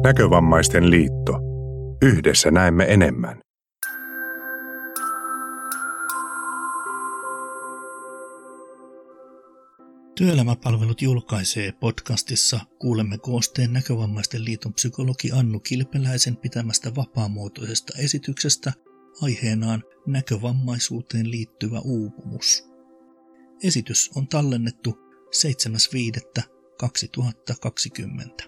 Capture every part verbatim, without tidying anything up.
Näkövammaisten liitto. Yhdessä näemme enemmän. Työelämäpalvelut julkaisee podcastissa Kuulemme koosteen Näkövammaisten liiton psykologi Annu Kilpeläisen pitämästä vapaamuotoisesta esityksestä aiheenaan näkövammaisuuteen liittyvä uupumus. Esitys on tallennettu seitsemäs viidettä kaksituhattakaksikymmentä.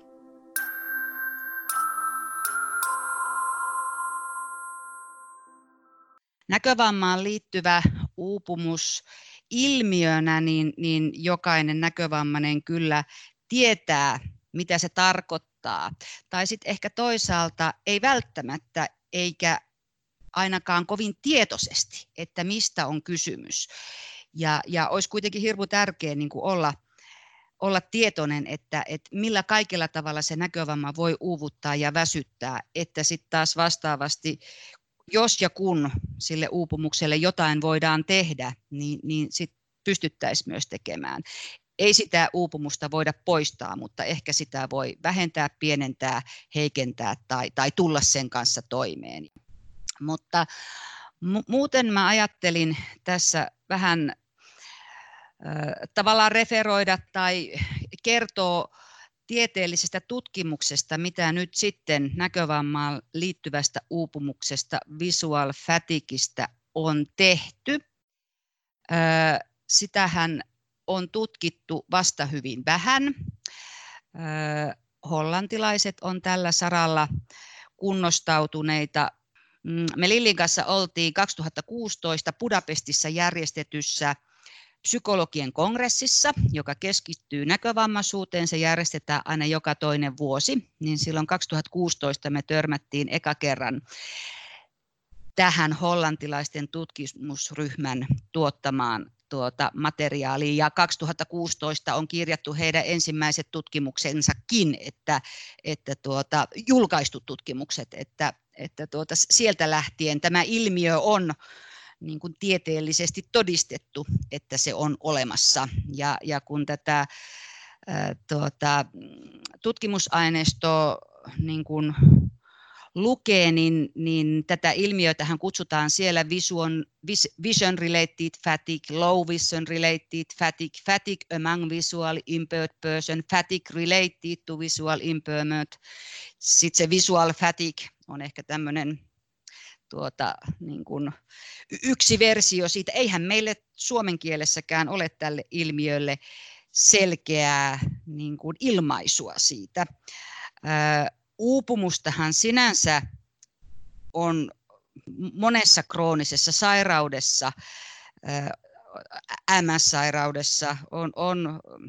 Näkövammaan liittyvä uupumus ilmiönä, niin, niin jokainen näkövammainen kyllä tietää, mitä se tarkoittaa. Tai sitten ehkä toisaalta ei välttämättä eikä ainakaan kovin tietoisesti, että mistä on kysymys. Ja, ja olisi kuitenkin hirmu tärkeää niin kuin olla, olla tietoinen, että, että millä kaikilla tavalla se näkövamma voi uuvuttaa ja väsyttää, että sitten taas vastaavasti jos ja kun sille uupumukselle jotain voidaan tehdä, niin, niin sit pystyttäisiin myös tekemään. Ei sitä uupumusta voida poistaa, mutta ehkä sitä voi vähentää, pienentää, heikentää tai, tai tulla sen kanssa toimeen. Mutta mu- muuten mä ajattelin tässä vähän äh, tavallaan referoida tai kertoa tieteellisestä tutkimuksesta, mitä nyt sitten näkövammaan liittyvästä uupumuksesta, visual fatigueista on tehty. Sitähän on tutkittu vasta hyvin vähän. Hollantilaiset on tällä saralla kunnostautuneita. Me Lillin kanssa oltiin kaksituhattakuusitoista Budapestissa järjestetyssä psykologien kongressissa, joka keskittyy näkövammaisuuteen. Se järjestetään aina joka toinen vuosi, niin silloin kaksituhattakuusitoista me törmättiin eka kerran tähän hollantilaisten tutkimusryhmän tuottamaan tuota materiaalia, ja kaksituhattakuusitoista on kirjattu heidän ensimmäiset tutkimuksensakin, että, että tuota, julkaistu tutkimukset, että, että tuota, sieltä lähtien tämä ilmiö on niin kuin tieteellisesti todistettu, että se on olemassa. Ja, ja kun tätä ää, tuota, tutkimusaineistoa niin kuin lukee, niin, niin tätä ilmiötähän kutsutaan siellä vision, vision related fatigue, low vision related fatigue, fatigue among visual impaired person, fatigue related to visual impairment. Sitten se visual fatigue on ehkä tämmöinen Tuota, niin kuin yksi versio siitä. Eihän meille suomen kielessäkään ole tälle ilmiölle selkeää niin kuin ilmaisua siitä. Ää, uupumustahan sinänsä on monessa kroonisessa sairaudessa, ää, M S-sairaudessa, on, on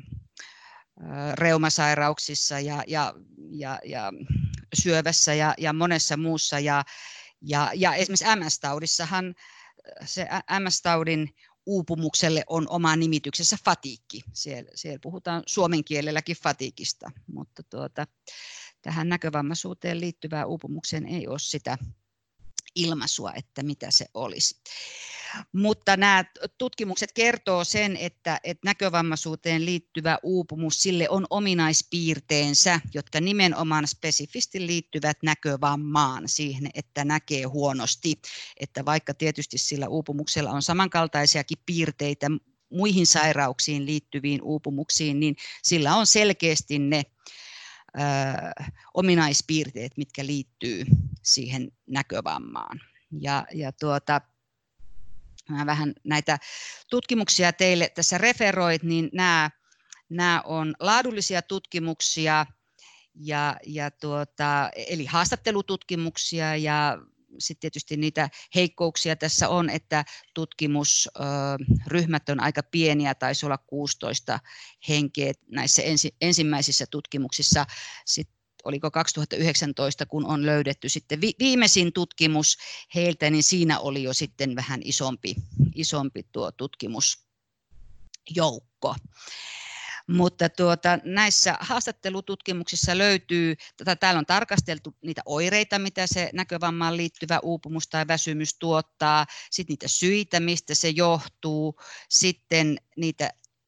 ää, reumasairauksissa ja, ja, ja, ja syövässä ja, ja monessa muussa. Ja, Ja, ja esimerkiksi M S-taudissahan se M S-taudin uupumukselle on oma nimityksessä fatiikki. Siellä, siellä puhutaan suomen kielelläkin fatiikista, mutta tuota, tähän näkövammaisuuteen liittyvään uupumukseen ei ole sitä ilmaisua, että mitä se olisi. Mutta nämä tutkimukset kertoo sen, että, että näkövammaisuuteen liittyvä uupumus, sille on ominaispiirteensä, jotka nimenomaan spesifisti liittyvät näkövammaan, siihen, että näkee huonosti. Että vaikka tietysti sillä uupumuksella on samankaltaisiakin piirteitä muihin sairauksiin liittyviin uupumuksiin, niin sillä on selkeästi ne ö, ominaispiirteet, mitkä liittyy siihen näkövammaan. Ja, ja tuota, mä vähän näitä tutkimuksia teille tässä referoit, niin nämä, nämä on laadullisia tutkimuksia, ja, ja tuota, eli haastattelututkimuksia, ja sitten tietysti niitä heikkouksia tässä on, että tutkimusryhmät on aika pieniä, taisi olla kuusitoista henkeä näissä ensi, ensimmäisissä tutkimuksissa. Sitten oliko kaksituhattayhdeksäntoista, kun on löydetty sitten vi- viimeisin tutkimus heiltä, niin siinä oli jo sitten vähän isompi, isompi tuo tutkimusjoukko. Mutta tuota, näissä haastattelututkimuksissa löytyy, tätä, täällä on tarkasteltu niitä oireita, mitä se näkövammaan liittyvä uupumus tai väsymys tuottaa, sitten niitä syitä, mistä se johtuu, sitten niitä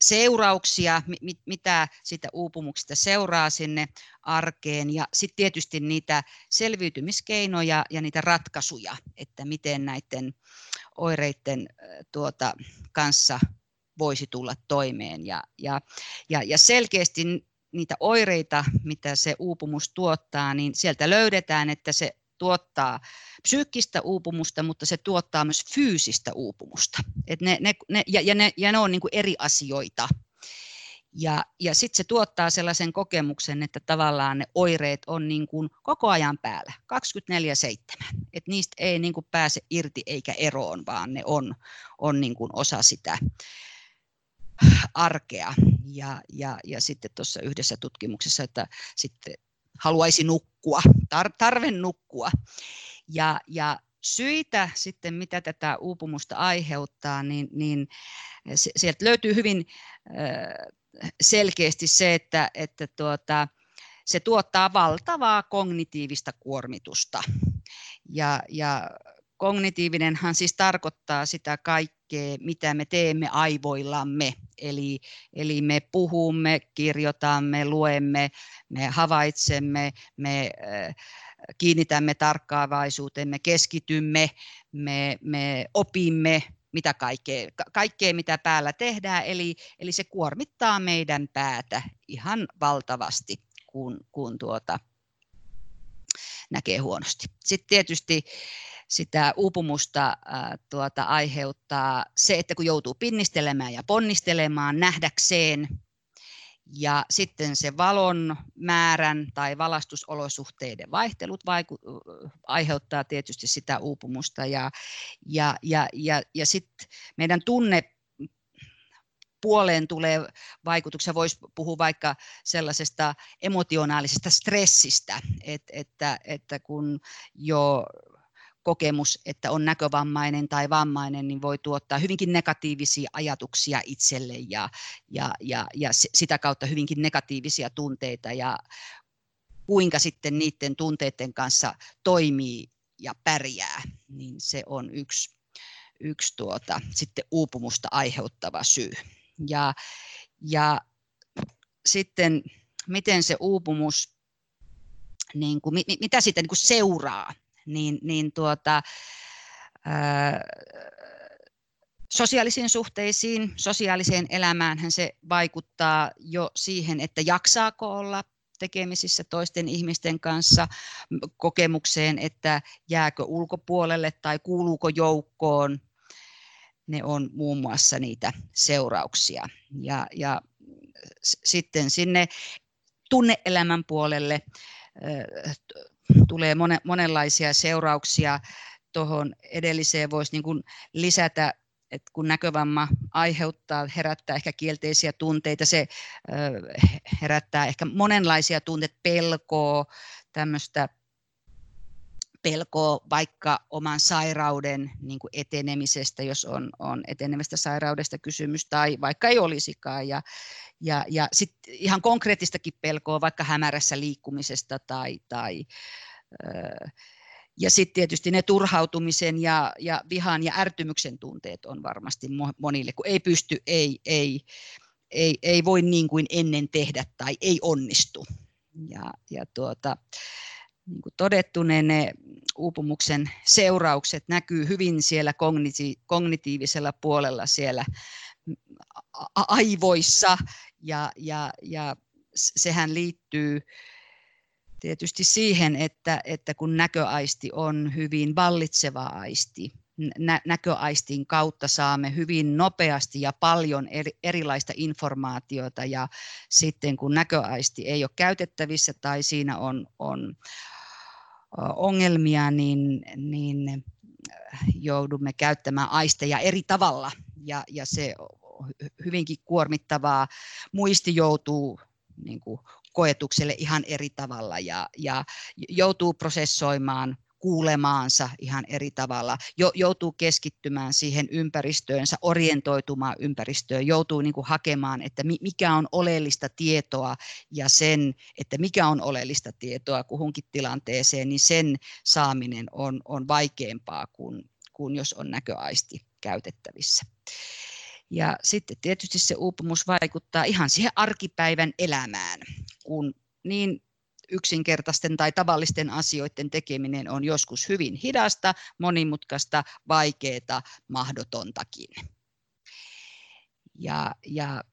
seurauksia, mit, mitä sitä uupumuksesta seuraa sinne arkeen ja sitten tietysti niitä selviytymiskeinoja ja niitä ratkaisuja, että miten näiden oireiden tuota, kanssa voisi tulla toimeen ja, ja, ja, ja selkeästi niitä oireita, mitä se uupumus tuottaa, niin sieltä löydetään, että se tuottaa psyykkistä uupumusta, mutta se tuottaa myös fyysistä uupumusta. Et ne, ne, ne, ja, ja, ne, ja ne on niin kuin eri asioita. Ja, ja sitten se tuottaa sellaisen kokemuksen, että tavallaan ne oireet on niin kuin koko ajan päällä, kaksikymmentäneljä seitsemän. Että niistä ei niin kuin pääse irti eikä eroon, vaan ne on, on niin kuin osa sitä arkea. Ja, ja, ja sitten tuossa yhdessä tutkimuksessa, että sitten haluaisi nukkua, tar- tarve nukkua. Ja, ja syitä sitten, mitä tätä uupumusta aiheuttaa, niin, niin sieltä löytyy hyvin selkeästi se, että, että tuota, se tuottaa valtavaa kognitiivista kuormitusta. Ja, ja kognitiivinenhan siis tarkoittaa sitä kaikkea, mitä me teemme aivoillamme. Eli, eli me puhumme, kirjoitamme, luemme, me havaitsemme, me äh, kiinnitämme tarkkaavaisuuteen, me keskitymme, me, me opimme, mitä kaikkea, kaikkea, mitä päällä tehdään. Eli, eli se kuormittaa meidän päätä ihan valtavasti, kun, kun tuota, näkee huonosti. Sitten tietysti sitä uupumusta ää, tuota, aiheuttaa se, että kun joutuu pinnistelemään ja ponnistelemaan nähdäkseen, ja sitten se valon määrän tai valaistusolosuhteiden vaihtelut vaiku- aiheuttaa tietysti sitä uupumusta, ja, ja, ja, ja, ja sitten meidän tunne puoleen tulee vaikutuksia, voisi puhua vaikka sellaisesta emotionaalisesta stressistä, että, että, että kun jo kokemus, että on näkövammainen tai vammainen, niin voi tuottaa hyvinkin negatiivisia ajatuksia itselle ja, ja, ja, ja sitä kautta hyvinkin negatiivisia tunteita, ja kuinka sitten niiden tunteiden kanssa toimii ja pärjää, niin se on yksi, yksi tuota, sitten uupumusta aiheuttava syy. Ja, ja sitten miten se uupumus, niin kuin, mitä siitä niin kuin seuraa, niin, niin tuota, ää, sosiaalisiin suhteisiin, sosiaaliseen elämäänhän se vaikuttaa jo siihen, että jaksaako olla tekemisissä toisten ihmisten kanssa, kokemukseen, että jääkö ulkopuolelle tai kuuluuko joukkoon. Ne on muun muassa niitä seurauksia. Ja, ja sitten sinne tunne-elämän puolelle äh, tulee monen, monenlaisia seurauksia. Tuohon edelliseen voisi niin kuin lisätä, että kun näkövamma aiheuttaa, herättää ehkä kielteisiä tunteita, se äh, herättää ehkä monenlaisia tunteita, pelkoa, tämmöistä pelkoa vaikka oman sairauden niin kuin etenemisestä, jos on, on etenevästä sairaudesta kysymys, tai vaikka ei olisikaan. Ja, ja, ja sitten ihan konkreettistakin pelkoa vaikka hämärässä liikkumisesta. Tai, tai, öö, ja sitten tietysti ne turhautumisen ja, ja vihan ja ärtymyksen tunteet on varmasti monille, kun ei pysty, ei, ei, ei, ei voi niin kuin ennen tehdä tai ei onnistu. Ja, ja tuota, niin kuin todettu, ne, ne uupumuksen seuraukset näkyy hyvin siellä kogniti- kognitiivisella puolella siellä aivoissa, ja, ja, ja sehän liittyy tietysti siihen, että, että kun näköaisti on hyvin vallitseva aisti, nä- näköaistin kautta saamme hyvin nopeasti ja paljon eri, erilaista informaatiota, ja sitten kun näköaisti ei ole käytettävissä tai siinä on, on ongelmia, niin, niin joudumme käyttämään aisteja eri tavalla, ja, ja se on hyvinkin kuormittavaa. Muisti joutuu niin kuin koetukselle ihan eri tavalla, ja, ja joutuu prosessoimaan kuulemaansa ihan eri tavalla, joutuu keskittymään siihen ympäristöönsä, orientoitumaan ympäristöön, joutuu niin kuin hakemaan, että mikä on oleellista tietoa, ja sen, että mikä on oleellista tietoa kuhunkin tilanteeseen, niin sen saaminen on, on vaikeampaa kuin, kuin jos on näköaisti käytettävissä. Ja sitten tietysti se uupumus vaikuttaa ihan siihen arkipäivän elämään, kun niin yksinkertaisten tai tavallisten asioiden tekeminen on joskus hyvin hidasta, monimutkaista, vaikeaa, mahdotontakin. Ja, ja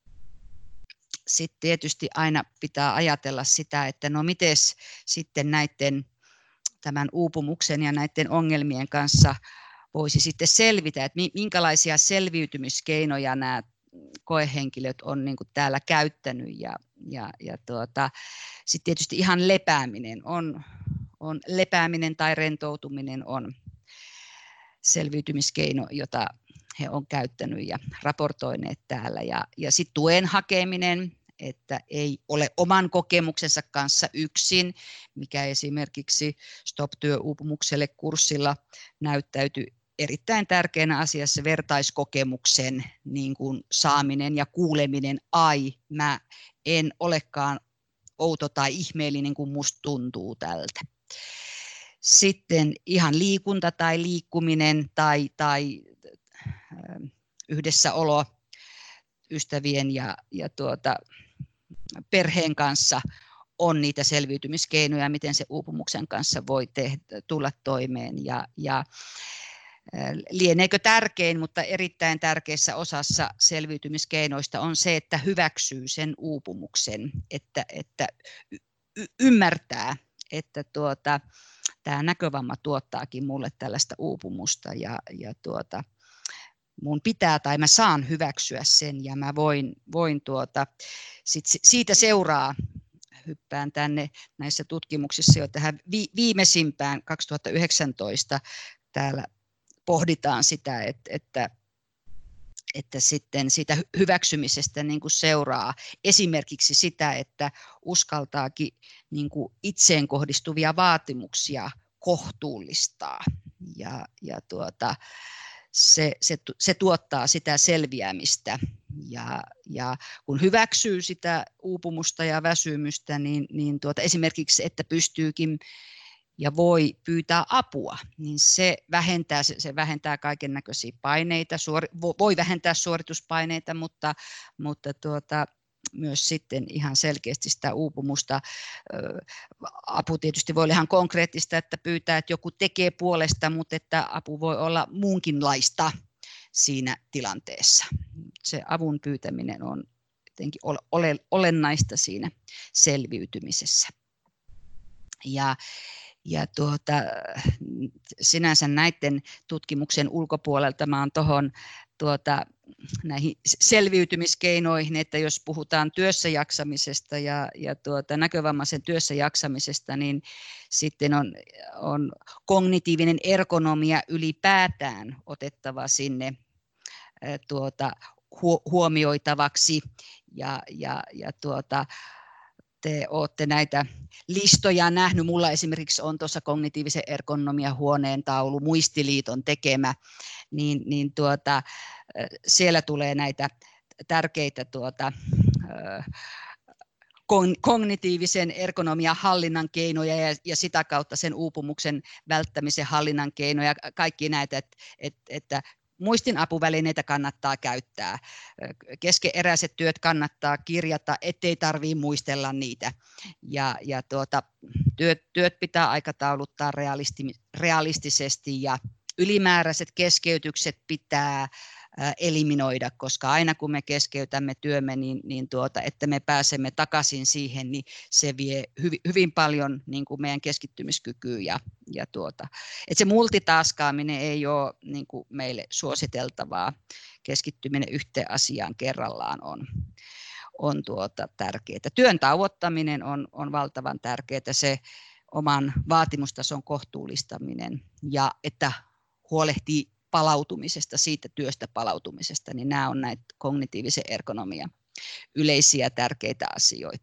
sitten tietysti aina pitää ajatella sitä, että no mites sitten näiden tämän uupumuksen ja näiden ongelmien kanssa voisi sitten selvitä, että minkälaisia selviytymiskeinoja nämä koehenkilöt on niin kuin täällä käyttänyt. Ja, ja, ja tuota, sitten tietysti ihan lepääminen on, on lepääminen tai rentoutuminen on selviytymiskeino, jota he on käyttänyt ja raportoineet täällä. Ja, ja sitten tuen hakeminen, että ei ole oman kokemuksensa kanssa yksin, mikä esimerkiksi Stop-työuupumukselle kurssilla näyttäytyi erittäin tärkeänä asiassa vertaiskokemuksen niin kuin saaminen ja kuuleminen. Ai, mä en olekaan outo tai ihmeellinen, kun musta tuntuu tältä. Sitten ihan liikunta tai liikkuminen tai, tai yhdessäolo ystävien ja, ja tuota, perheen kanssa on niitä selviytymiskeinoja, miten se uupumuksen kanssa voi tehdä, tulla toimeen. Ja, ja lieneekö tärkein, mutta erittäin tärkeässä osassa selviytymiskeinoista on se, että hyväksyy sen uupumuksen, että, että y- ymmärtää, että tuota, tämä näkövamma tuottaakin mulle tällaista uupumusta ja, ja tuota, mun pitää tai mä saan hyväksyä sen ja mä voin, voin tuota, sit siitä seuraa, hyppään tänne näissä tutkimuksissa jo tähän vi- viimeisimpään kaksituhattayhdeksäntoista täällä pohditaan sitä, että, että, että sitten siitä hyväksymisestä niin kuin seuraa esimerkiksi sitä, että uskaltaakin niin kuin itseen kohdistuvia vaatimuksia kohtuullistaa ja, ja tuota, se, se, se tuottaa sitä selviämistä ja, ja kun hyväksyy sitä uupumusta ja väsymystä, niin, niin tuota, esimerkiksi, että pystyykin ja voi pyytää apua, niin se vähentää, se, se vähentää kaiken näköisiä paineita, suori, voi vähentää suorituspaineita, mutta, mutta tuota, myös sitten ihan selkeästi sitä uupumusta. Apu tietysti voi olla ihan konkreettista, että pyytää, että joku tekee puolesta, mutta että apu voi olla muunkinlaista siinä tilanteessa. Se avun pyytäminen on jotenkin ole, olennaista siinä selviytymisessä. Ja Ja tuota, sinänsä näiden tutkimuksen ulkopuolelta mä oon tuohon tuota, näihin selviytymiskeinoihin, että jos puhutaan työssä jaksamisesta ja, ja tuota, näkövammaisen työssä jaksamisesta, niin sitten on, on kognitiivinen ergonomia ylipäätään otettava sinne tuota, huomioitavaksi ja, ja, ja tuota, te olette näitä listoja nähnyt. Mulla esimerkiksi on tuossa kognitiivisen ergonomian huoneen taulu, Muistiliiton tekemä, niin, niin tuota, siellä tulee näitä tärkeitä tuota, kognitiivisen ergonomian hallinnan keinoja ja, ja sitä kautta sen uupumuksen välttämisen hallinnan keinoja, kaikki näitä, että, että, että muistinapuvälineitä kannattaa käyttää, keskeneräiset työt kannattaa kirjata, ettei tarvitse muistella niitä. Ja, ja tuota, työt, työt pitää aikatauluttaa realisti, realistisesti ja ylimääräiset keskeytykset pitää eliminoida, koska aina kun me keskeytämme työmme, niin, niin tuota, että me pääsemme takaisin siihen, niin se vie hyvin, hyvin paljon niin kuin meidän keskittymiskykyä. Ja, ja tuota, että se multitaskaaminen ei ole niin kuin meille suositeltavaa. Keskittyminen yhteen asiaan kerrallaan on, on tuota, tärkeää. Työn tauottaminen on, on valtavan tärkeää, se oman vaatimustason kohtuullistaminen ja että huolehtii palautumisesta, siitä työstä palautumisesta, niin nämä on näitä kognitiivisen ergonomian yleisiä tärkeitä asioita.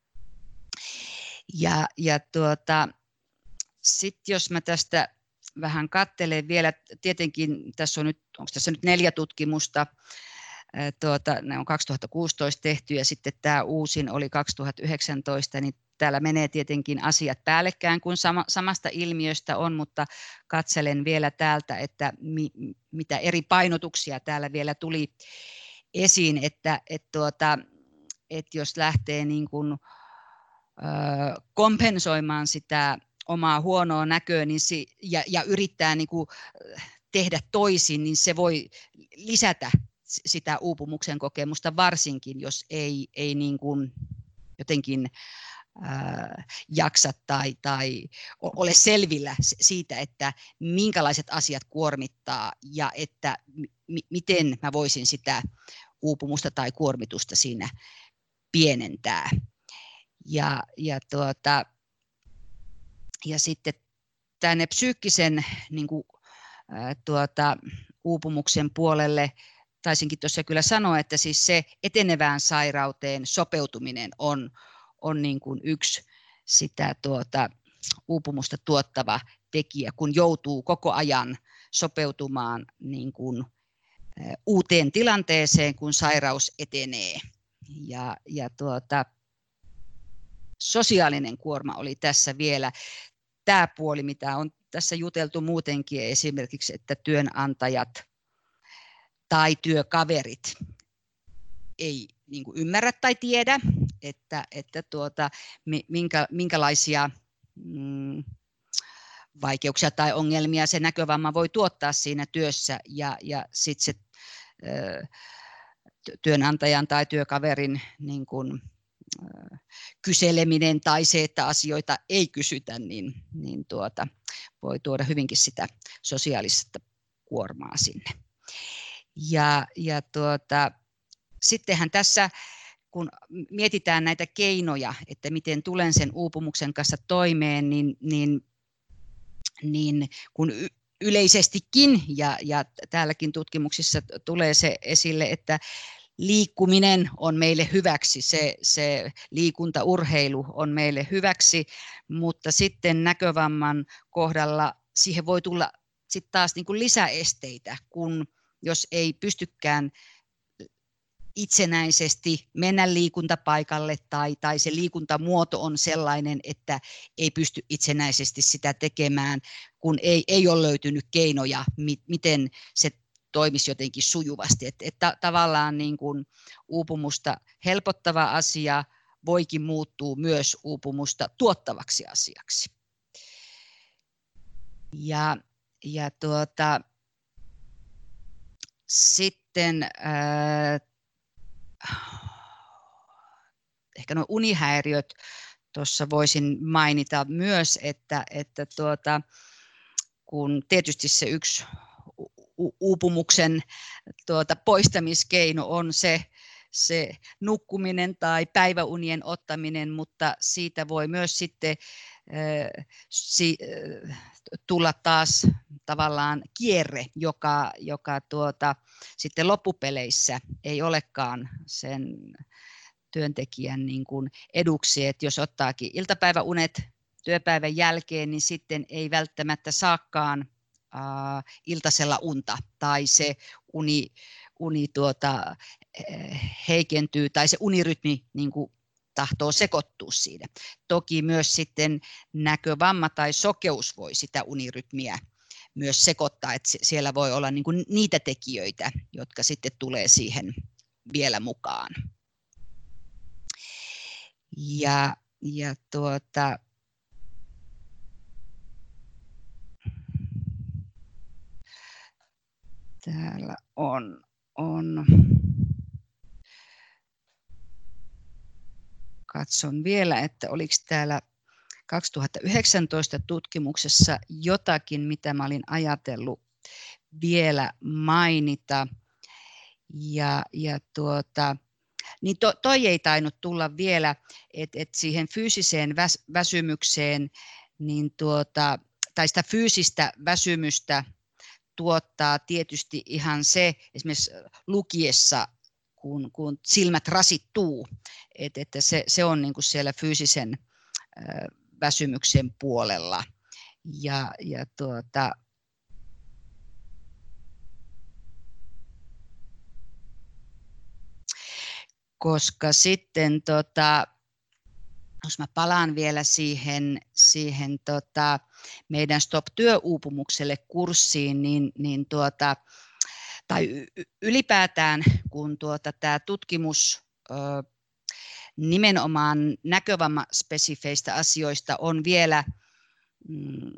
Ja, ja tuota, sitten jos mä tästä vähän katselen vielä, tietenkin tässä on nyt, onko tässä nyt neljä tutkimusta, tuota, ne on kaksituhattakuusitoista tehty ja sitten tämä uusin oli kaksituhattayhdeksäntoista, niin täällä menee tietenkin asiat päällekkäin, kun sama, samasta ilmiöstä on, mutta katselen vielä täältä, että mi, mitä eri painotuksia täällä vielä tuli esiin, että et tuota, et jos lähtee niin kuin, ö, kompensoimaan sitä omaa huonoa näköä niin si, ja, ja yrittää niin kuin tehdä toisin, niin se voi lisätä sitä uupumuksen kokemusta, varsinkin jos ei, ei niin kuin jotenkin ää, jaksa tai, tai ole selvillä siitä, että minkälaiset asiat kuormittaa ja että m- miten mä voisin sitä uupumusta tai kuormitusta siinä pienentää. Ja, ja, tuota, ja sitten tänne psyykkisen niin kuin, ää, tuota, uupumuksen puolelle taisinkin tuossa kyllä sanoa, että siis se etenevään sairauteen sopeutuminen on, on niin kuin yksi sitä tuota, uupumusta tuottava tekijä, kun joutuu koko ajan sopeutumaan niin kuin, ä, uuteen tilanteeseen, kun sairaus etenee. Ja, ja tuota, sosiaalinen kuorma oli tässä vielä tämä puoli, mitä on tässä juteltu muutenkin, esimerkiksi, että työnantajat tai työkaverit ei niin kuin ymmärrä tai tiedä, että, että tuota, minkä, minkälaisia mm, vaikeuksia tai ongelmia se näkövamma voi tuottaa siinä työssä, ja, ja sitten se ö, työnantajan tai työkaverin niin kuin, ö, kyseleminen tai se, että asioita ei kysytä, niin, niin tuota, voi tuoda hyvinkin sitä sosiaalista kuormaa sinne. Ja, ja tuota, sittenhän tässä, kun mietitään näitä keinoja, että miten tulen sen uupumuksen kanssa toimeen, niin, niin, niin kun yleisestikin, ja, ja täälläkin tutkimuksissa tulee se esille, että liikkuminen on meille hyväksi, se, se liikuntaurheilu on meille hyväksi, mutta sitten näkövamman kohdalla siihen voi tulla sitten taas niin kuin lisäesteitä, kun jos ei pystykään itsenäisesti mennä liikuntapaikalle tai, tai se liikuntamuoto on sellainen, että ei pysty itsenäisesti sitä tekemään, kun ei, ei ole löytynyt keinoja, mi, miten se toimisi jotenkin sujuvasti. Että et tavallaan niin kuin uupumusta helpottava asia voikin muuttua myös uupumusta tuottavaksi asiaksi. Ja, ja tuota, sitten ää, ehkä nuo unihäiriöt tuossa voisin mainita myös, että, että tuota, kun tietysti se yksi uupumuksen tuota, poistamiskeino on se, se nukkuminen tai päiväunien ottaminen, mutta siitä voi myös sitten äh, si, äh, tulla taas tavallaan kierre, joka, joka tuota, sitten loppupeleissä ei olekaan sen työntekijän niin kuin eduksi, että jos ottaakin iltapäiväunet työpäivän jälkeen, niin sitten ei välttämättä saakaan äh, iltasella unta tai se uni, uni tuota, heikentyy tai se unirytmi niin kuin tahtoo sekoittua siinä. Toki myös sitten näkövamma tai sokeus voi sitä unirytmiä myös sekoittaa, että siellä voi olla niin kuin niitä tekijöitä, jotka sitten tulee siihen vielä mukaan. Ja, ja tuota, täällä on, on, katson vielä, että oliko täällä kaksituhattayhdeksäntoista tutkimuksessa jotakin, mitä mä olin ajatellut vielä mainita. Ja, ja tuota, niin to, toi ei tainnut tulla vielä, että et siihen fyysiseen väs, väsymykseen, niin tuota, tai sitä fyysistä väsymystä tuottaa tietysti ihan se, esimerkiksi lukiessa, kun, kun silmät rasittuu, että, että se, se on niin kuin siellä fyysisen äh, väsymyksen puolella. Ja, ja tuota, koska sitten tota, jos mä palaan vielä siihen, siihen tota, meidän Stop työuupumukselle kurssiin, niin, niin tuota, tai ylipäätään kun tuota, tämä tutkimus ö, nimenomaan näkövammaspesifeistä asioista on vielä mm,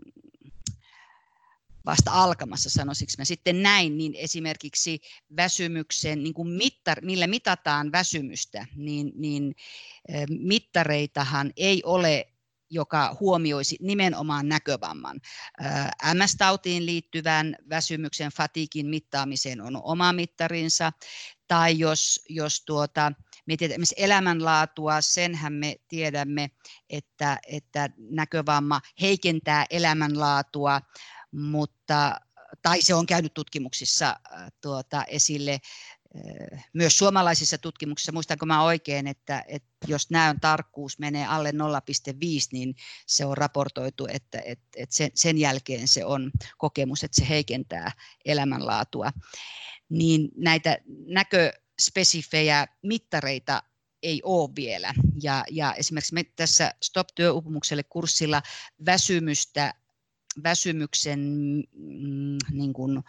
vasta alkamassa, sanoisinko mä sitten näin, niin esimerkiksi väsymyksen, niin kuin mittar, millä mitataan väsymystä, niin, niin mittareitahan ei ole, joka huomioisi nimenomaan näkövamman. M S-tautiin liittyvän väsymyksen fatiikin mittaamiseen on oma mittarinsa, tai jos, jos tuota, mietitään esimerkiksi elämänlaatua, senhän me tiedämme, että, että näkövamma heikentää elämänlaatua, mutta, tai se on käynyt tutkimuksissa tuota, esille, myös suomalaisissa tutkimuksissa. Muistanko mä oikein, että, että jos näön tarkkuus menee alle nolla pilkku viisi, niin se on raportoitu, että, että, että sen, sen jälkeen se on kokemus, että se heikentää elämänlaatua. Niin näitä näköspesifejä mittareita ei ole vielä. Ja, ja esimerkiksi me tässä Stop työuupumukselle kurssilla väsymystä väsymyksen mm, niin kuin,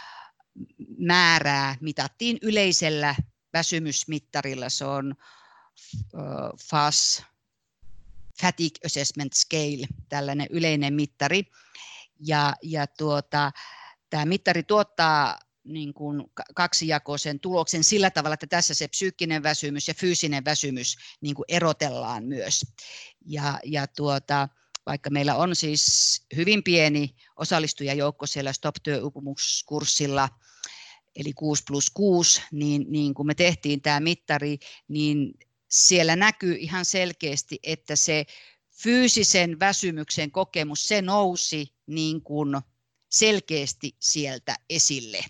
määrää mitattiin yleisellä väsymysmittarilla, se on uh, F A S, Fatigue Assessment Scale, tällainen yleinen mittari, ja, ja tuota, tämä mittari tuottaa niin kuin kaksijakoisen tuloksen sillä tavalla, että tässä se psyykkinen väsymys ja fyysinen väsymys niin kuin erotellaan myös, ja, ja tuota, vaikka meillä on siis hyvin pieni osallistujajoukko siellä Stop työuupumuskurssilla, eli kuusi plus kuusi, niin, niin kun me tehtiin tämä mittari, niin siellä näkyy ihan selkeästi, että se fyysisen väsymyksen kokemus, se nousi niin kuin selkeästi sieltä esille.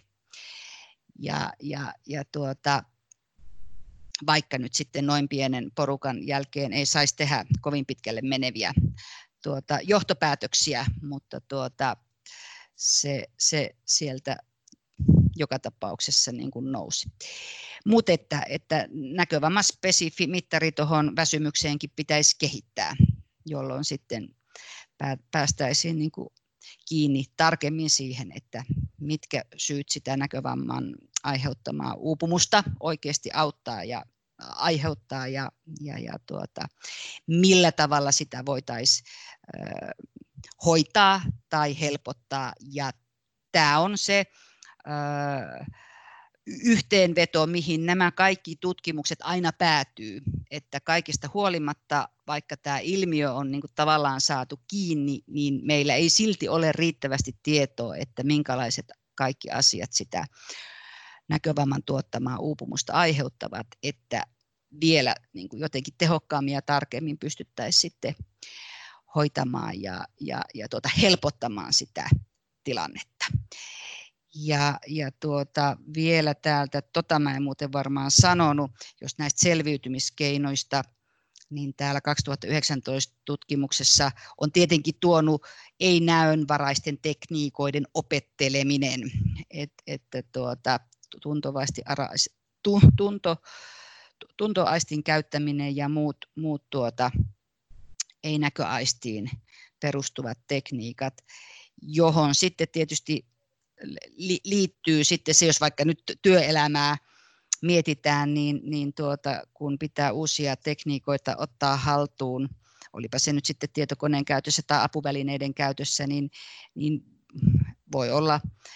Ja, ja, ja tuota, vaikka nyt sitten noin pienen porukan jälkeen ei saisi tehdä kovin pitkälle meneviä Tuota, johtopäätöksiä, mutta tuota, se, se sieltä joka tapauksessa niin kuin nousi. Mutta että, että näkövammaspesifi mittari tuohon väsymykseenkin pitäisi kehittää, jolloin sitten päästäisiin niin kuin kiinni tarkemmin siihen, että mitkä syyt sitä näkövamman aiheuttamaa uupumusta oikeasti auttaa ja aiheuttaa ja, ja, ja tuota, millä tavalla sitä voitaisiin äh, hoitaa tai helpottaa. Ja tämä on se äh, yhteenveto, mihin nämä kaikki tutkimukset aina päätyy, että kaikista huolimatta, vaikka tämä ilmiö on niin kuin tavallaan saatu kiinni, niin meillä ei silti ole riittävästi tietoa, että minkälaiset kaikki asiat sitä näkövamman tuottamaa uupumusta aiheuttavat, että vielä niin kuin jotenkin tehokkaammin ja tarkemmin pystyttäisiin sitten hoitamaan ja, ja, ja tuota, helpottamaan sitä tilannetta. Ja, ja tuota, vielä täältä, tota mä en muuten varmaan sanonut, jos näistä selviytymiskeinoista, niin täällä kaksituhattayhdeksäntoista tutkimuksessa on tietenkin tuonut ei-näönvaraisten tekniikoiden opetteleminen, että et, tuota, tuntovasti tunto, tuntoaistin käyttäminen ja muut, muut tuota, ei-näköaistiin perustuvat tekniikat, johon sitten tietysti liittyy sitten se, jos vaikka nyt työelämää mietitään, niin, niin tuota, kun pitää uusia tekniikoita ottaa haltuun, olipa se nyt sitten tietokoneen käytössä tai apuvälineiden käytössä, niin, niin voi olla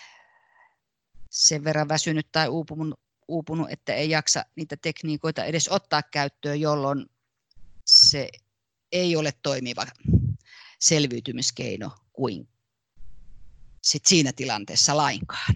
sen verran väsynyt tai uupunut, uupunut, että ei jaksa niitä tekniikoita edes ottaa käyttöön, jolloin se ei ole toimiva selviytymiskeino kuin sit siinä tilanteessa lainkaan.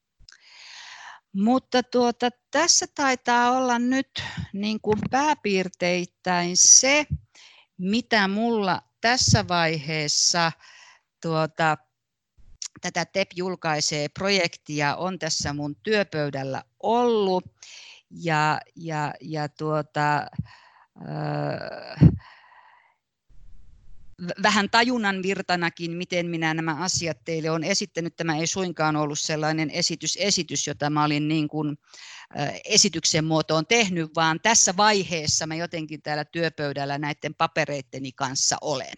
Mutta tuota, tässä taitaa olla nyt niin kuin pääpiirteittäin se, mitä mulla tässä vaiheessa tuota, tätä T E P julkaisee projektia on tässä mun työpöydällä ollut. Ja, ja, ja tuota, äh, vähän tajunnan virtanakin, miten minä nämä asiat teille olen esittänyt. Tämä ei suinkaan ollut sellainen esitys, esitys jota mä olin niin kuin esityksen muotoon tehnyt, vaan tässä vaiheessa mä jotenkin täällä työpöydällä näiden papereitteni kanssa olen.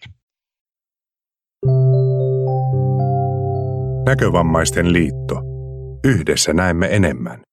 Näkövammaisten liitto. Yhdessä näemme enemmän.